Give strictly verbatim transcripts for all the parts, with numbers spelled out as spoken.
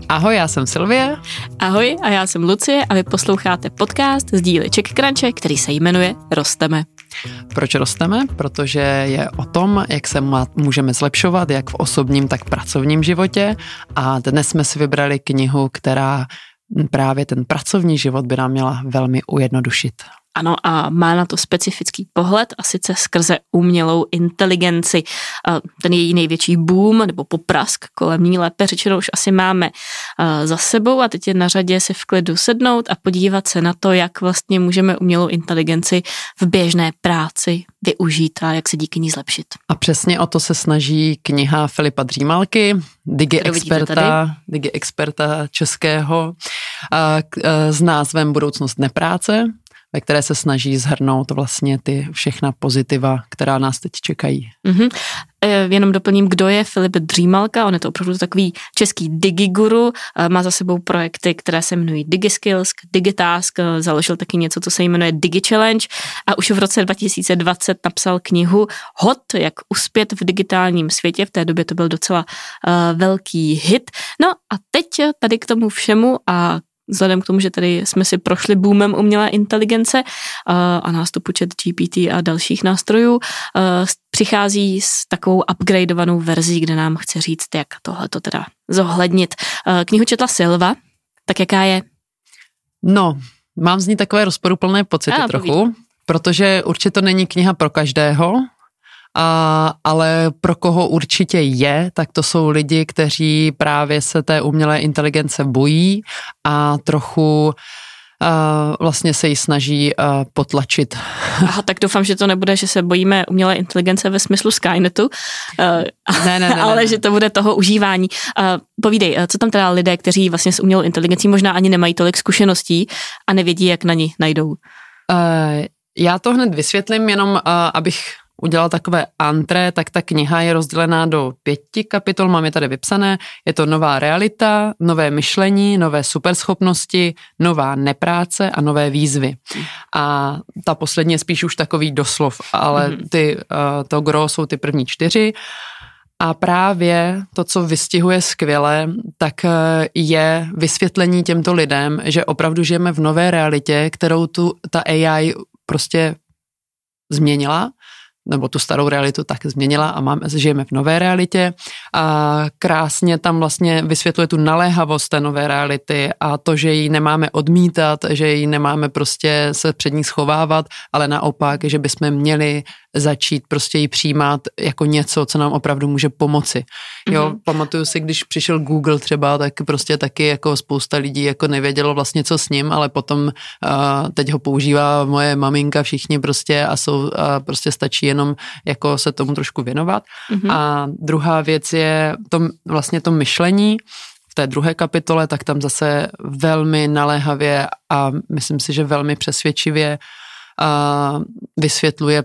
Ahoj, já jsem Sylvie. Ahoj, a já jsem Lucie a vy posloucháte podcast z díly Czech Crunche, který se jmenuje Rosteme. Proč rosteme? Protože je o tom, jak se můžeme zlepšovat, jak v osobním, tak v pracovním životě. A dnes jsme si vybrali knihu, která právě ten pracovní život by nám měla velmi ujednodušit. Ano, a má na to specifický pohled, a sice skrze umělou inteligenci. Ten její největší boom nebo poprask kolem ní, lépe řečeno, už asi máme za sebou a teď je na řadě si v klidu sednout a podívat se na to, jak vlastně můžeme umělou inteligenci v běžné práci využít a jak se díky ní zlepšit. A přesně o to se snaží kniha Filipa Dřímalky, digi experta, digi experta českého s názvem Budoucnost nepráce, ve které se snaží shrnout vlastně ty všechna pozitiva, která nás teď čekají. Mm-hmm. Jenom doplním, kdo je Filip Dřímalka. On je to opravdu takový český digiguru, má za sebou projekty, které se jmenují DigiSkills, DigiTask, založil taky něco, co se jmenuje DigiChallenge a už v roce dva tisíce dvacet napsal knihu Hot, jak uspět v digitálním světě. V té době to byl docela uh, velký hit. No a teď tady k tomu všemu a vzhledem k tomu, že tady jsme si prošli boomem umělé inteligence a nástupu ChatGPT a dalších nástrojů, přichází s takovou upgradeovanou verzí, kde nám chce říct, jak tohleto teda zohlednit. Knihu četla Silva, tak jaká je? No, mám z ní takové rozporuplné pocity a, trochu, povídám. Protože určitě to není kniha pro každého, A, ale pro koho určitě je, tak to jsou lidi, kteří právě se té umělé inteligence bojí a trochu a, vlastně se ji snaží a, potlačit. Aha, tak doufám, že to nebude, že se bojíme umělé inteligence ve smyslu Skynetu, ne, ne, ne, ale ne. že to bude toho užívání. Povídej, co tam teda lidé, kteří vlastně s umělou inteligencí možná ani nemají tolik zkušeností a nevědí, jak na ní najdou? Uh, já to hned vysvětlím, jenom uh, abych udělal takové antré, tak ta kniha je rozdělená do pěti kapitol, mám je tady vypsané. Je to nová realita, nové myšlení, nové superschopnosti, nová nepráce a nové výzvy. A ta poslední je spíš už takový doslov, ale ty, to gro jsou ty první čtyři. A právě to, co vystihuje skvěle, tak je vysvětlení těmto lidem, že opravdu žijeme v nové realitě, kterou tu ta A I prostě změnila, nebo tu starou realitu tak změnila a máme, žijeme v nové realitě a krásně tam vlastně vysvětluje tu naléhavost té nové reality a to, že ji nemáme odmítat, že ji nemáme prostě se před ní schovávat, ale naopak, že bychom měli začít prostě ji přijímat jako něco, co nám opravdu může pomoci. Jo, mm-hmm. Pamatuju si, když přišel Google třeba, tak prostě taky jako spousta lidí jako nevědělo vlastně, co s ním, ale potom uh, teď ho používá moje maminka, všichni prostě a jsou uh, prostě stačí jenom jako se tomu trošku věnovat. Mm-hmm. A druhá věc je to, vlastně to myšlení. V té druhé kapitole, tak tam zase velmi naléhavě a myslím si, že velmi přesvědčivě uh, vysvětluje,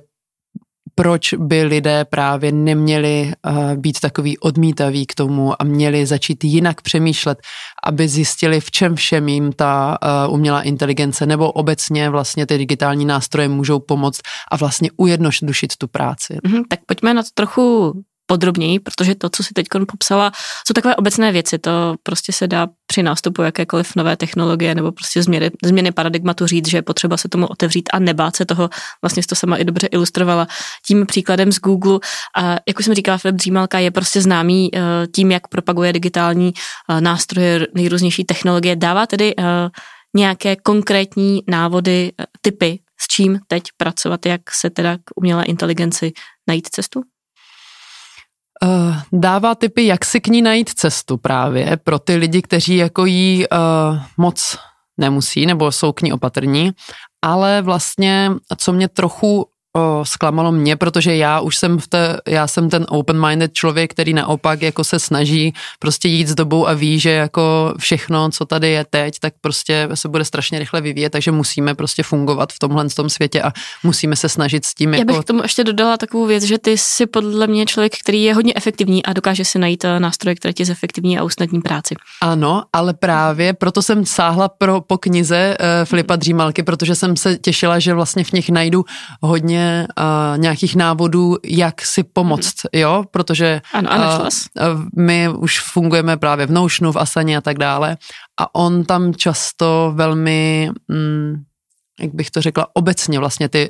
proč by lidé právě neměli uh, být takový odmítaví k tomu a měli začít jinak přemýšlet, aby zjistili, v čem všem jim ta uh, umělá inteligence nebo obecně vlastně ty digitální nástroje můžou pomoct a vlastně ujednodušit tu práci. Mm-hmm, tak pojďme na to trochu podrobněji, protože to, co si teď popsala, jsou takové obecné věci. To prostě se dá při nástupu jakékoliv nové technologie nebo prostě změny, změny paradigmatu říct, že je potřeba se tomu otevřít a nebát se toho. Vlastně jsi to sama i dobře ilustrovala tím příkladem z Google. A jak už jsem říkala, Filip Dřímalka je prostě známý tím, jak propaguje digitální nástroje, nejrůznější technologie. Dává tedy nějaké konkrétní návody, tipy, s čím teď pracovat, jak se teda k umělé inteligenci najít cestu? Uh, dává tipy, jak si k ní najít cestu právě pro ty lidi, kteří jako jí uh, moc nemusí nebo jsou k ní opatrní, ale vlastně, co mě trochu o, zklamalo mě, protože já už jsem v té, já jsem ten open-minded člověk, který naopak jako se snaží prostě jít s dobou a ví, že jako všechno, co tady je teď, tak prostě se bude strašně rychle vyvíjet, takže musíme prostě fungovat v tomhle tom světě a musíme se snažit s tím. Já jako... bych k tomu ještě dodala takovou věc, že ty jsi podle mě člověk, který je hodně efektivní a dokáže si najít nástroje, které ti zefektivní a usnadní práci. Ano, ale právě proto jsem sáhla pro, po knize uh, Filipa Dřímalky, protože jsem se těšila, že vlastně v nich najdu hodně hodně uh, nějakých návodů, jak si pomoct, mm. jo, protože ano, a uh, my už fungujeme právě v Notionu, v Asaně a tak dále a on tam často velmi, mm, jak bych to řekla, obecně vlastně ty,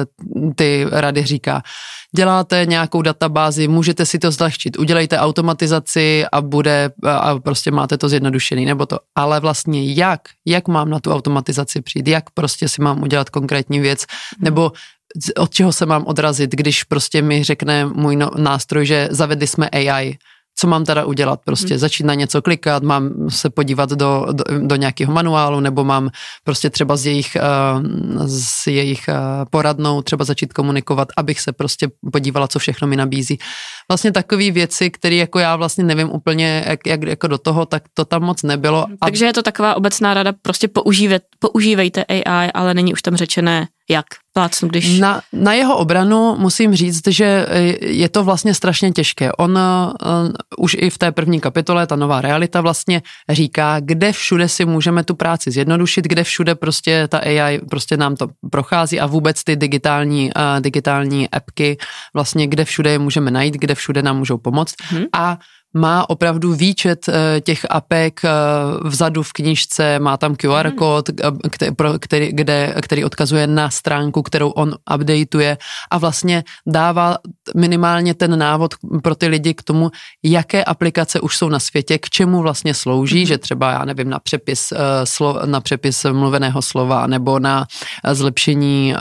ty rady říká. Děláte nějakou databázi, můžete si to zlehčit, udělejte automatizaci a bude, a prostě máte to zjednodušený, nebo to. Ale vlastně jak, jak mám na tu automatizaci přijít, jak prostě si mám udělat konkrétní věc, nebo od čeho se mám odrazit, když prostě mi řekne můj no, nástroj, že zavedli jsme A I, co mám teda udělat, prostě hmm. začít na něco klikat, mám se podívat do, do, do nějakého manuálu, nebo mám prostě třeba s jejich, uh, s jejich uh, poradnou třeba začít komunikovat, abych se prostě podívala, co všechno mi nabízí. Vlastně takové věci, které jako já vlastně nevím úplně, jak, jak jako do toho, tak to tam moc nebylo. A... Takže je to taková obecná rada, prostě používat, používejte A I, ale není už tam řečené, jak plácnu, když... Na, na jeho obranu musím říct, že je to vlastně strašně těžké. On uh, už i v té první kapitole, ta nová realita vlastně říká, kde všude si můžeme tu práci zjednodušit, kde všude prostě ta A I prostě nám to prochází a vůbec ty digitální, uh, digitální appky, vlastně kde všude je můžeme najít, kde všude nám můžou pomoct. Hmm. A má opravdu výčet těch apek vzadu v knížce, má tam Q R kód, který, kde, který odkazuje na stránku, kterou on updateuje a vlastně dává minimálně ten návod pro ty lidi k tomu, jaké aplikace už jsou na světě, k čemu vlastně slouží, mm-hmm. že třeba, já nevím, na přepis, na přepis mluveného slova nebo na zlepšení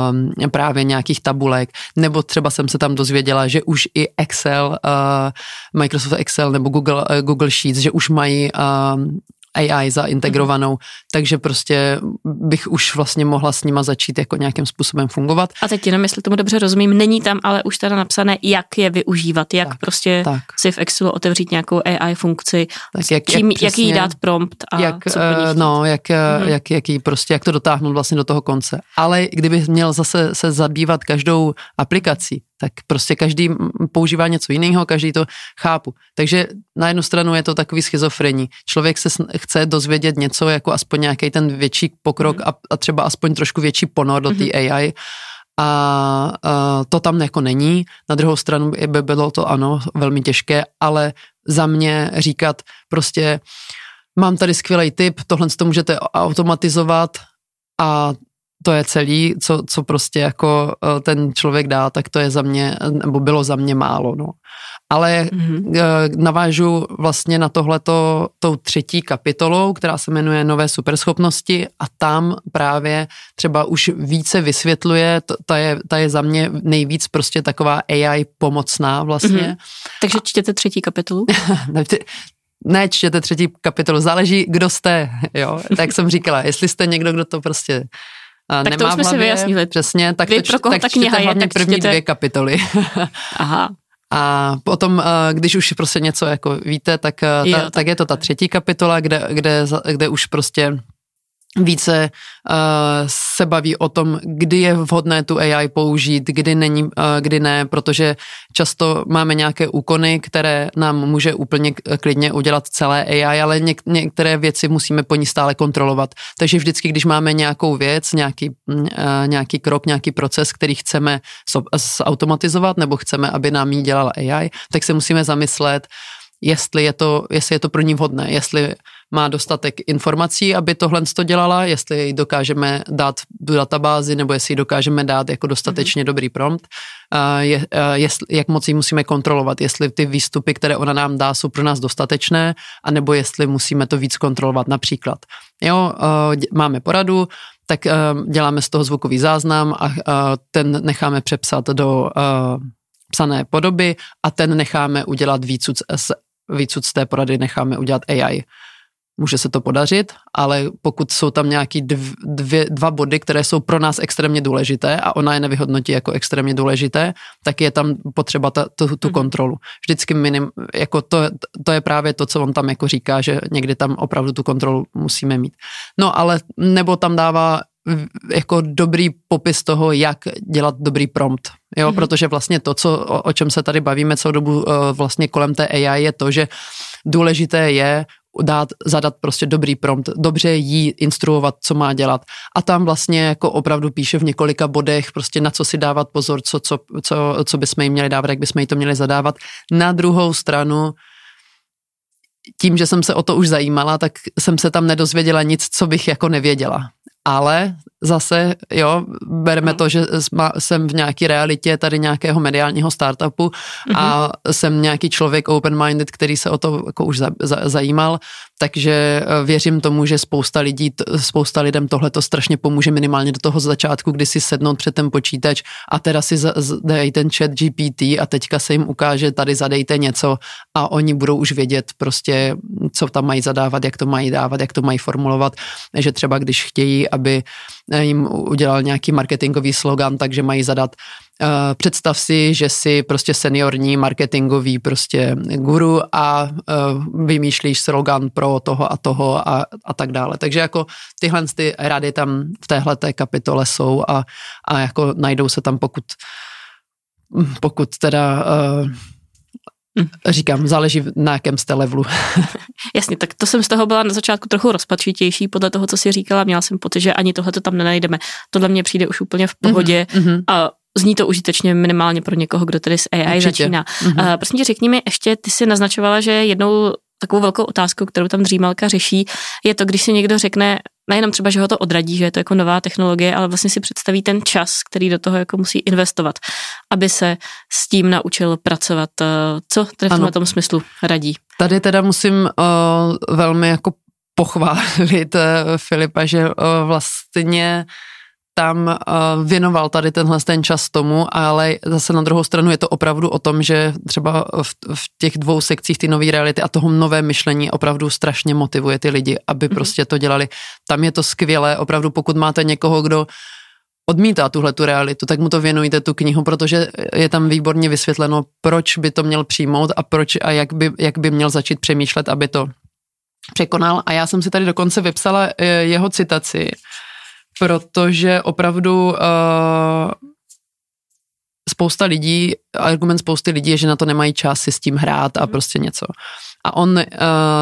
právě nějakých tabulek, nebo třeba jsem se tam dozvěděla, že už i Excel, Microsoft Excel nebo Google, Google Sheets, že už mají um, A I zaintegrovanou, mm-hmm. takže prostě bych už vlastně mohla s nima začít jako nějakým způsobem fungovat. A teď jenom, jestli tomu dobře rozumím, není tam ale už teda napsané, jak je využívat, jak tak, prostě tak. si v Excelu otevřít nějakou A I funkci, tak jak, čím, jak, přesně, jak jí dát prompt a jak, co po ní chtít. No, jak, mm-hmm. jak, jak, jí prostě, jak to dotáhnout vlastně do toho konce. Ale kdybych měl zase se zabývat každou aplikací, tak prostě každý používá něco jiného, každý to chápu. Takže na jednu stranu je to takový schizofrení. Člověk se chce dozvědět něco, jako aspoň nějaký ten větší pokrok mm. a, a třeba aspoň trošku větší ponor do té mm-hmm. A I. A, a to tam jako není. Na druhou stranu by bylo to ano, velmi těžké, ale za mě říkat prostě mám tady skvělý tip, tohle to můžete automatizovat a to je celý, co, co prostě jako ten člověk dá, tak to je za mě, nebo bylo za mě málo, no. Ale mm-hmm. navážu vlastně na tohleto tou třetí kapitolou, která se jmenuje Nové superschopnosti a tam právě třeba už více vysvětluje, ta je, ta je za mě nejvíc prostě taková A I pomocná vlastně. Mm-hmm. Takže čtěte třetí kapitolu? Ne, čtěte třetí kapitolu, záleží, kdo jste, jo, tak jsem říkala, jestli jste někdo, kdo to prostě tak nemá to už jsme si vyjasnili. Přesně, tak, Vy, to, tak ta čtěte je, hlavně tak první čtěte... dvě kapitoly. Aha. A potom, když už prostě něco jako víte, tak, jo, ta, tak, tak je to ta třetí kapitola, kde, kde, kde už prostě více uh, se baví o tom, kdy je vhodné tu A I použít, kdy není, uh, kdy ne, protože často máme nějaké úkony, které nám může úplně klidně udělat celé A I, ale něk- některé věci musíme po ní stále kontrolovat. Takže vždycky, když máme nějakou věc, nějaký, uh, nějaký krok, nějaký proces, který chceme zautomatizovat nebo chceme, aby nám ji dělala A I, tak se musíme zamyslet, jestli je to, jestli je to pro ní vhodné, jestli má dostatek informací, aby tohle to dělala, jestli ji dokážeme dát do databázy, nebo jestli ji dokážeme dát jako dostatečně mm-hmm. dobrý prompt, je, jestli, jak moc ji musíme kontrolovat, jestli ty výstupy, které ona nám dá, jsou pro nás dostatečné, anebo jestli musíme to víc kontrolovat. Například, jo, máme poradu, tak děláme z toho zvukový záznam a ten necháme přepsat do psané podoby a ten necháme udělat výcud z, výcud z té porady, necháme udělat A I. Může se to podařit, ale pokud jsou tam nějaký dv, dvě, dva body, které jsou pro nás extrémně důležité a ona je nevyhodnotí jako extrémně důležité, tak je tam potřeba ta, tu, tu kontrolu. Vždycky minim, jako to, to je právě to, co on tam jako říká, že někdy tam opravdu tu kontrolu musíme mít. No ale nebo tam dává jako dobrý popis toho, jak dělat dobrý prompt, jo, mm-hmm. protože vlastně to, co, o, o čem se tady bavíme celou dobu vlastně kolem té A I je to, že důležité je dát, zadat prostě dobrý prompt, dobře jí instruovat, co má dělat. A tam vlastně jako opravdu píše v několika bodech prostě na co si dávat pozor, co, co, co, co bychom jí měli dávat, jak bychom jí to měli zadávat. Na druhou stranu, tím, že jsem se o to už zajímala, tak jsem se tam nedozvěděla nic, co bych jako nevěděla. Ale zase, jo, bereme to, že jsem v nějaké realitě tady nějakého mediálního startupu mm-hmm. a jsem nějaký člověk open-minded, který se o to jako už za, za, zajímal, takže věřím tomu, že spousta lidí, spousta lidem tohleto strašně pomůže minimálně do toho začátku, kdy si sednout před ten počítač a teda si dej ten chat G P T a teďka se jim ukáže, tady zadejte něco a oni budou už vědět prostě, co tam mají zadávat, jak to mají dávat, jak to mají formulovat, že třeba když chtějí, aby jim udělal nějaký marketingový slogan, takže mají zadat uh, představ si, že jsi prostě seniorní marketingový prostě guru a uh, vymýšlíš slogan pro toho a toho a, a tak dále. Takže jako tyhle ty rady tam v téhleté kapitole jsou a, a jako najdou se tam, pokud pokud teda uh, říkám, záleží na jakém jste levelu. Jasně, tak to jsem z toho byla na začátku trochu rozpačitější podle toho, co jsi říkala. Měla jsem pocit, že ani tohle to tam nenajdeme. Tohle mně přijde už úplně v pohodě mm-hmm. a zní to užitečně minimálně pro někoho, kdo tedy s A I Určitě. začíná. Mm-hmm. Uh, prosím tě, řekni mi ještě, ty jsi naznačovala, že jednou takovou velkou otázkou, kterou tam Dřímalka řeší, je to, když si někdo řekne, nejenom třeba, že ho to odradí, že je to jako nová technologie, ale vlastně si představí ten čas, který do toho jako musí investovat, aby se s tím naučil pracovat. Co tedy v tomhle tom smyslu radí? Tady teda musím uh, velmi jako pochválit uh, Filipa, že uh, vlastně tam uh, věnoval tady tenhle ten čas tomu, ale zase na druhou stranu je to opravdu o tom, že třeba v, v těch dvou sekcích ty nové reality a toho nové myšlení opravdu strašně motivuje ty lidi, aby mm-hmm. prostě to dělali. Tam je to skvělé, opravdu pokud máte někoho, kdo odmítá tuhle tu realitu, tak mu to věnujte tu knihu, protože je tam výborně vysvětleno, proč by to měl přijmout a proč a jak by, jak by měl začít přemýšlet, aby to překonal. A já jsem si tady dokonce vypsala jeho citaci, protože opravdu uh, spousta lidí, argument spousty lidí je, že na to nemají čas si s tím hrát a prostě něco. A on uh,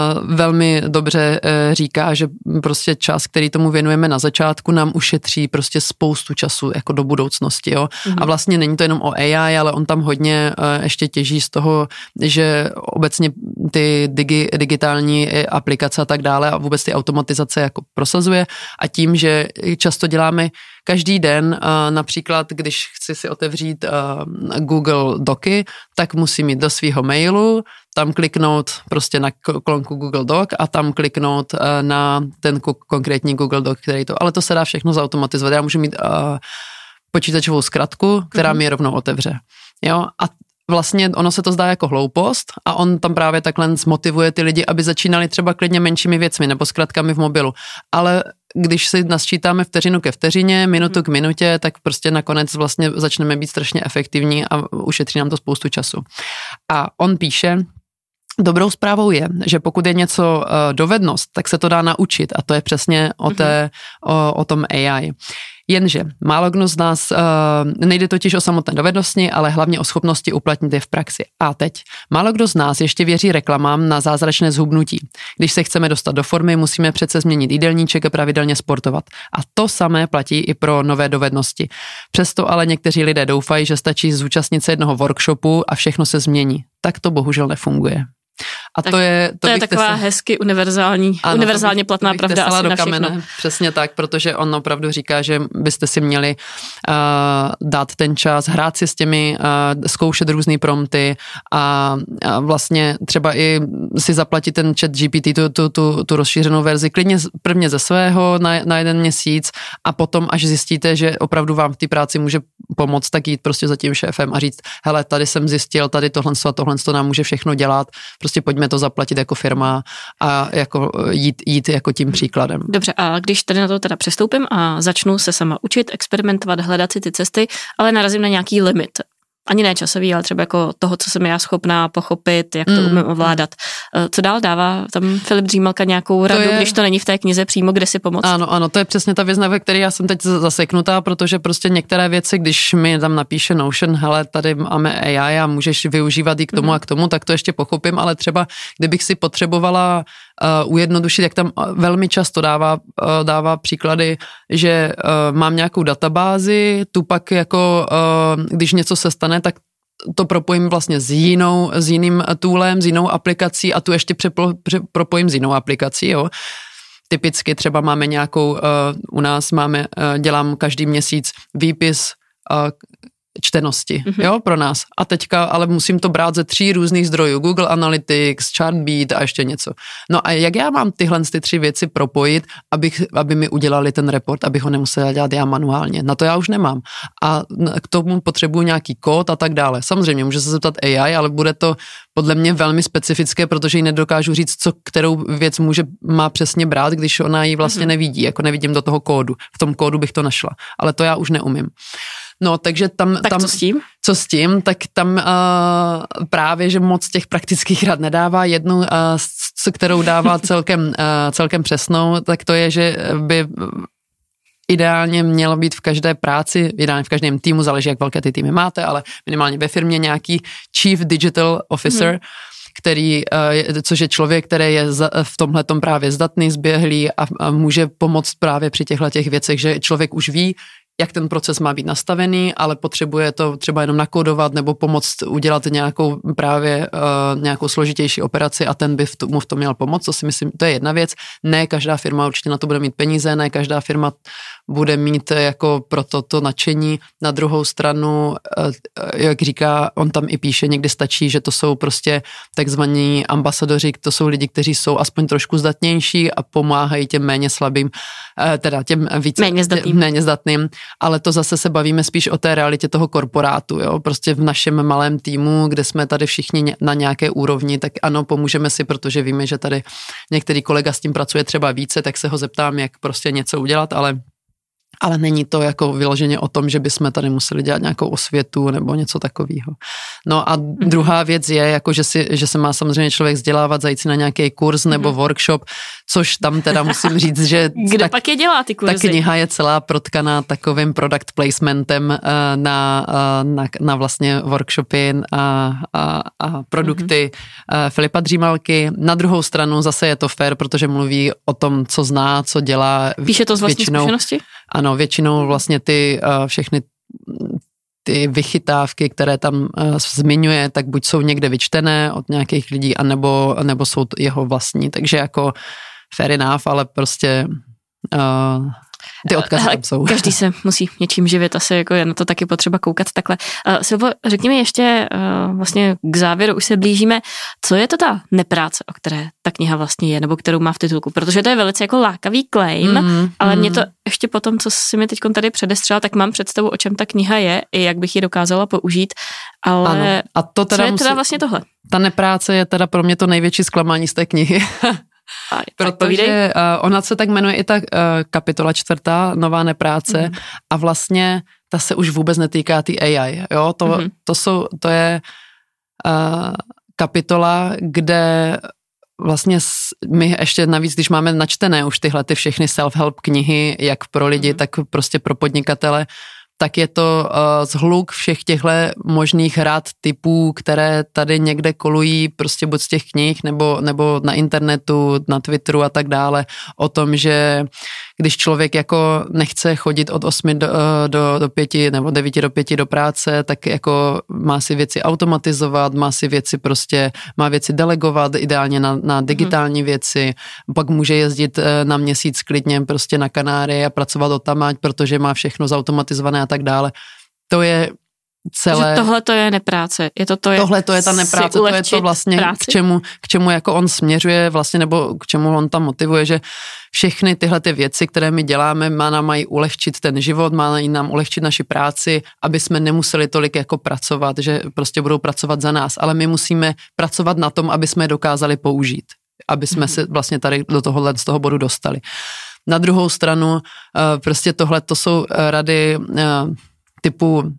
velmi dobře uh, říká, že prostě čas, který tomu věnujeme na začátku, nám ušetří prostě spoustu času jako do budoucnosti, jo. Mm-hmm. A vlastně není to jenom o A I, ale on tam hodně uh, ještě těží z toho, že obecně ty digi, digitální aplikace a tak dále a vůbec ty automatizace jako prosazuje a tím, že často děláme každý den, uh, například, když chci si otevřít uh, Google Docy, tak musím jít do svého mailu, tam kliknout prostě na kolonku Google Doc a tam kliknout uh, na ten konkrétní Google Doc, který to, ale to se dá všechno zautomatizovat. Já můžu mít uh, počítačovou zkratku, která mm-hmm. mi rovnou otevře. Jo? A vlastně ono se to zdá jako hloupost a on tam právě takhle zmotivuje ty lidi, aby začínali třeba klidně menšími věcmi nebo zkratkami v mobilu. Ale když si nasčítáme vteřinu ke vteřině, minutu k minutě, tak prostě nakonec vlastně začneme být strašně efektivní a ušetří nám to spoustu času. A on píše, dobrou zprávou je, že pokud je něco uh, dovednost, tak se to dá naučit a to je přesně o, té, mm-hmm. o, o tom A I. Jenže málo kdo z nás, uh, nejde totiž o samotné dovednosti, ale hlavně o schopnosti uplatnit je v praxi. A teď, málo kdo z nás ještě věří reklamám na zázračné zhubnutí. Když se chceme dostat do formy, musíme přece změnit jídelníček a pravidelně sportovat. A to samé platí i pro nové dovednosti. Přesto ale někteří lidé doufají, že stačí zúčastnit se jednoho workshopu a všechno se změní. Tak to bohužel nefunguje. A tak to je, to to je taková se... hezky univerzální, ano, univerzálně platná to bych, to bych pravda asi na kamene, všechno. Přesně tak, protože on opravdu říká, že byste si měli uh, dát ten čas, hrát si s těmi, uh, zkoušet různý prompty a, a vlastně třeba i si zaplatit ten chat G P T, tu, tu, tu, tu rozšířenou verzi, klidně prvně ze svého na, na jeden měsíc a potom, až zjistíte, že opravdu vám v té práci může pomoct, tak jít prostě za tím šéfem a říct, hele, tady jsem zjistil, tady tohle a tohle to nám může všechno dělat, prostě pojďme to zaplatit jako firma a jako jít, jít jako tím příkladem. Dobře, a když tady na to teda přestoupím a začnu se sama učit, experimentovat, hledat si ty cesty, ale narazím na nějaký limit. Ani ne časový, ale třeba jako toho, co jsem já schopná pochopit, jak to mm. umím ovládat. Co dál dává tam Filip Dřímalka nějakou radu, je... když to není v té knize přímo, kde si pomoct? Ano, ano, to je přesně ta věc, ve které já jsem teď zaseknutá, protože prostě některé věci, když mi tam napíše Notion, hele, tady máme A I a můžeš využívat i k tomu mm. a k tomu, tak to ještě pochopím, ale třeba kdybych si potřebovala uh, ujednodušit, jak tam velmi často dává, uh, dává příklady, že uh, mám nějakou databázi, tu pak jako, uh, když něco se stane, tak to propojím vlastně s jinou, s jiným toolem, s jinou aplikací a tu ještě přeplo, pře, propojím s jinou aplikací, jo. Typicky třeba máme nějakou, uh, u nás máme, uh, dělám každý měsíc výpis uh, čtenosti, mm-hmm. jo, pro nás. A teďka, ale musím to brát ze tří různých zdrojů, Google Analytics, Chartbeat a ještě něco. No a jak já mám tyhle ty tři věci propojit, abych, aby mi udělali ten report, abych ho nemusela dělat já manuálně. Na to já už nemám. A k tomu potřebuji nějaký kód a tak dále. Samozřejmě může se zeptat A I, ale bude to podle mě velmi specifické, protože ji nedokážu říct, co kterou věc může, má přesně brát, když ona ji vlastně mm-hmm. nevidí, jako nevidím do toho kódu. V tom kódu bych to našla, ale to já už neumím. No, takže tam... Tak tam, co s tím? Co s tím, tak tam uh, právě, že moc těch praktických rad nedává. Jednu, uh, s kterou dává celkem, uh, celkem přesnou, tak to je, že by ideálně mělo být v každé práci, ideálně v každém týmu, záleží, jak velké ty týmy máte, ale minimálně ve firmě nějaký Chief Digital Officer, hmm. který, což je člověk, který je v tomhletom právě zdatný, zběhlý a, a může pomoct právě při těchto těch věcech, že člověk už ví, jak ten proces má být nastavený, ale potřebuje to třeba jenom nakodovat nebo pomoct udělat nějakou právě uh, nějakou složitější operaci a ten by v to, mu v tom měl pomoct, to si myslím, to je jedna věc. Ne každá firma určitě na to bude mít peníze, ne každá firma bude mít jako pro toto nadšení. Na druhou stranu, uh, jak říká, on tam i píše, někdy stačí, že to jsou prostě takzvaní ambasadoři, to jsou lidi, kteří jsou aspoň trošku zdatnější a pomáhají těm méně slabým, uh, teda těm více méně zdatným. méně zdatným. Ale to zase se bavíme spíš o té realitě toho korporátu, jo, prostě v našem malém týmu, kde jsme tady všichni na nějaké úrovni, tak ano, pomůžeme si, protože víme, že tady některý kolega s tím pracuje třeba více, tak se ho zeptám, jak prostě něco udělat, ale ale není to jako vyloženě o tom, že bychom tady museli dělat nějakou osvětu nebo něco takového. No a mm-hmm. druhá věc je, jako že, si, že se má samozřejmě člověk vzdělávat, zajít si na nějaký kurz nebo mm-hmm. workshop, což tam teda musím říct, že kde tak, pak je dělá ty kurzy? Ta kniha je celá protkaná takovým product placementem na, na, na vlastně workshopy a, a, a produkty mm-hmm. Filipa Dřímalky. Na druhou stranu zase je to fair, protože mluví o tom, co zná, co dělá. Píše to z vlastní většinou, zkušenosti? Ano, většinou vlastně ty uh, všechny ty vychytávky, které tam uh, zmiňuje, tak buď jsou někde vyčtené od nějakých lidí, anebo, anebo jsou jeho vlastní, takže jako fair enough, ale prostě uh, ty odkazy tam jsou. Každý se musí něčím živit, asi jako je na to taky potřeba koukat takhle. Uh, Silvo, řekni mi ještě uh, vlastně k závěru, už se blížíme, co je to ta nepráce, o které ta kniha vlastně je, nebo kterou má v titulku, protože to je velice jako lákavý claim, mm, ale mm. mě to ještě potom, co si mi teď tady předestřela, tak mám představu, o čem ta kniha je i jak bych ji dokázala použít, ale ano. A to teda co je musí, teda vlastně tohle? Ta nepráce je teda pro mě to největší zklamání z té knihy. A, protože uh, ona se tak jmenuje i ta uh, kapitola čtvrtá, nová nepráce mm. a vlastně ta se už vůbec netýká té A I, jo, to, mm. to, jsou, to je uh, kapitola, kde vlastně my ještě navíc, když máme načtené už tyhle ty všechny self-help knihy, jak pro lidi, mm. tak prostě pro podnikatele, tak je to uh, zhluk všech těchto možných rád typů, které tady někde kolují prostě buď z těch knih nebo, nebo na internetu, na Twitteru a tak dále, o tom, že když člověk jako nechce chodit od osmi do, do, do pěti nebo devíti do pěti do práce, tak jako má si věci automatizovat, má si věci prostě, má věci delegovat, ideálně na, na digitální mm. věci, pak může jezdit na měsíc klidně prostě na Kanáry a pracovat od tamať, protože má všechno zautomatizované a tak dále. To je celé... Tohle to je nepráce. Je to to, Tohle to je ta nepráce, to je to vlastně, k čemu, k čemu jako on směřuje vlastně, nebo k čemu on tam motivuje, že všechny tyhle ty věci, které my děláme, má nám mají ulehčit ten život, má nám ulehčit naši práci, aby jsme nemuseli tolik jako pracovat, že prostě budou pracovat za nás, ale my musíme pracovat na tom, aby jsme je dokázali použít, aby jsme mm-hmm. se vlastně tady do tohohle z toho bodu dostali. Na druhou stranu, prostě tohle to jsou rady typu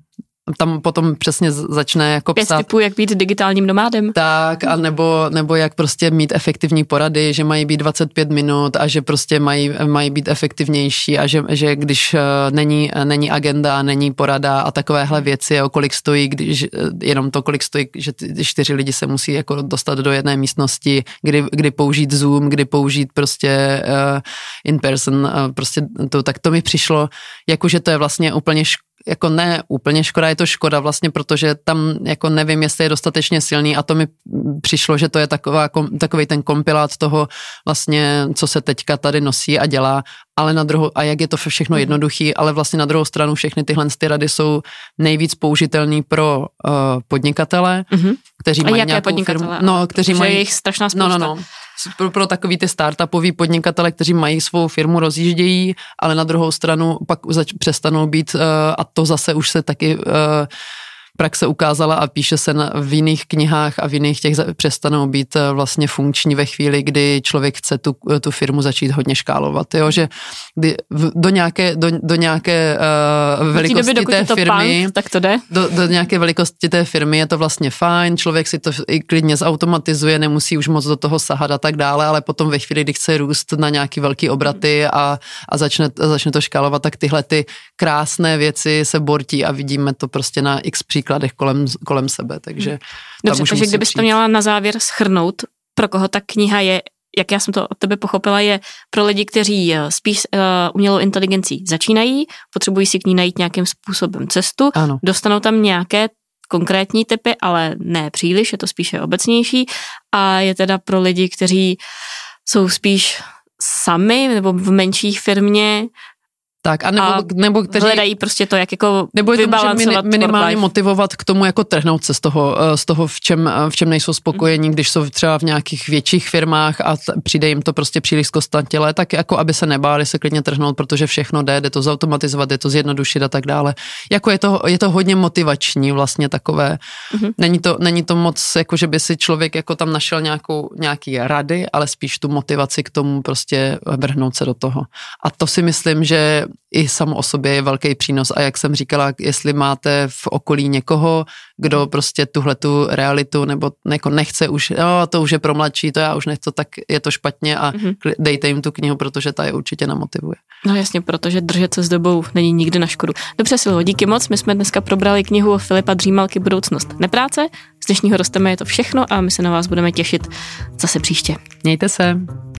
tam potom přesně začne jako psát. Pět tipů, jak být digitálním nomádem. Tak, a nebo, nebo jak prostě mít efektivní porady, že mají být dvacet pět minut a že prostě mají, mají být efektivnější a že, že když není, není agenda, není porada a takovéhle věci, o kolik stojí, když jenom to, kolik stojí, že ty čtyři lidi se musí jako dostat do jedné místnosti, kdy, kdy použít Zoom, kdy použít prostě uh, in person, uh, prostě to, tak to mi přišlo, jako že to je vlastně úplně škoda, jako ne úplně škoda, je to škoda vlastně, protože tam jako nevím, jestli je dostatečně silný a to mi přišlo, že to je taková, takovej ten kompilát toho vlastně, co se teďka tady nosí a dělá, ale na druhou, a jak je to všechno jednoduchý, ale vlastně na druhou stranu všechny tyhle ty rady jsou nejvíc použitelný pro uh, podnikatele, mm-hmm. kteří mají nějakou firmu. No, kteří mají, je jich strašná spousta. No, no, no. Pro, pro takový ty startupový podnikatele, kteří mají svou firmu, rozjíždějí, ale na druhou stranu pak zač- přestanou být, uh, a to zase už se taky uh, praxe ukázala a píše se na, v jiných knihách a v jiných těch přestanou být uh, vlastně funkční ve chvíli, kdy člověk chce tu, tu firmu začít hodně škálovat, jo, že kdy v, do nějaké, do, do nějaké uh, velikosti doby, té firmy, punk, tak to jde. Do, do nějaké velikosti té firmy je to vlastně fajn, člověk si to i klidně zautomatizuje, nemusí už moc do toho sahat a tak dále, ale potom ve chvíli, kdy chce růst na nějaký velký obraty a, a začne, začne to škálovat, tak tyhle ty krásné věci se bortí a vidíme to prostě na x příkladech kolem, kolem sebe, takže dobře, takže kdybys to měla na závěr shrnout, pro koho ta kniha je, jak já jsem to od tebe pochopila, je pro lidi, kteří spíš uh, umělou inteligencí začínají, potřebují si k ní najít nějakým způsobem cestu, ano. Dostanou tam nějaké konkrétní typy, ale ne příliš, je to spíše obecnější a je teda pro lidi, kteří jsou spíš sami nebo v menší firmě, tak, a nebo, a nebo kteří hledají prostě to, jak jako nebo vybalancovat minimálně motivovat k tomu, jako trhnout se z toho, z toho v, čem, v čem nejsou spokojení, mm. když jsou třeba v nějakých větších firmách a t- přijde jim to prostě příliš zkostnatělé, tak jako aby se nebáli se klidně trhnout, protože všechno jde, jde to zautomatizovat, jde to zjednodušit a tak dále. Jako je to, je to hodně motivační vlastně takové. Mm. Není to, není to moc, jako že by si člověk jako tam našel nějakou, nějaký rady, ale spíš tu motivaci k tomu prostě vrhnout se do toho. A to si myslím, že i samo o sobě je velký přínos a jak jsem říkala, jestli máte v okolí někoho, kdo prostě tuhletu realitu nebo jako nechce už, no, to už je pro mladší, to já už nechci, tak je to špatně a mm-hmm. dejte jim tu knihu, protože ta je určitě namotivuje. No jasně, protože držet se s dobou není nikdy na škodu. Dobře, Silvo, díky moc, my jsme dneska probrali knihu Filipa Dřímalky Budoucnost nepráce, z dnešního Rosteme je to všechno a my se na vás budeme těšit zase příště. Mějte se.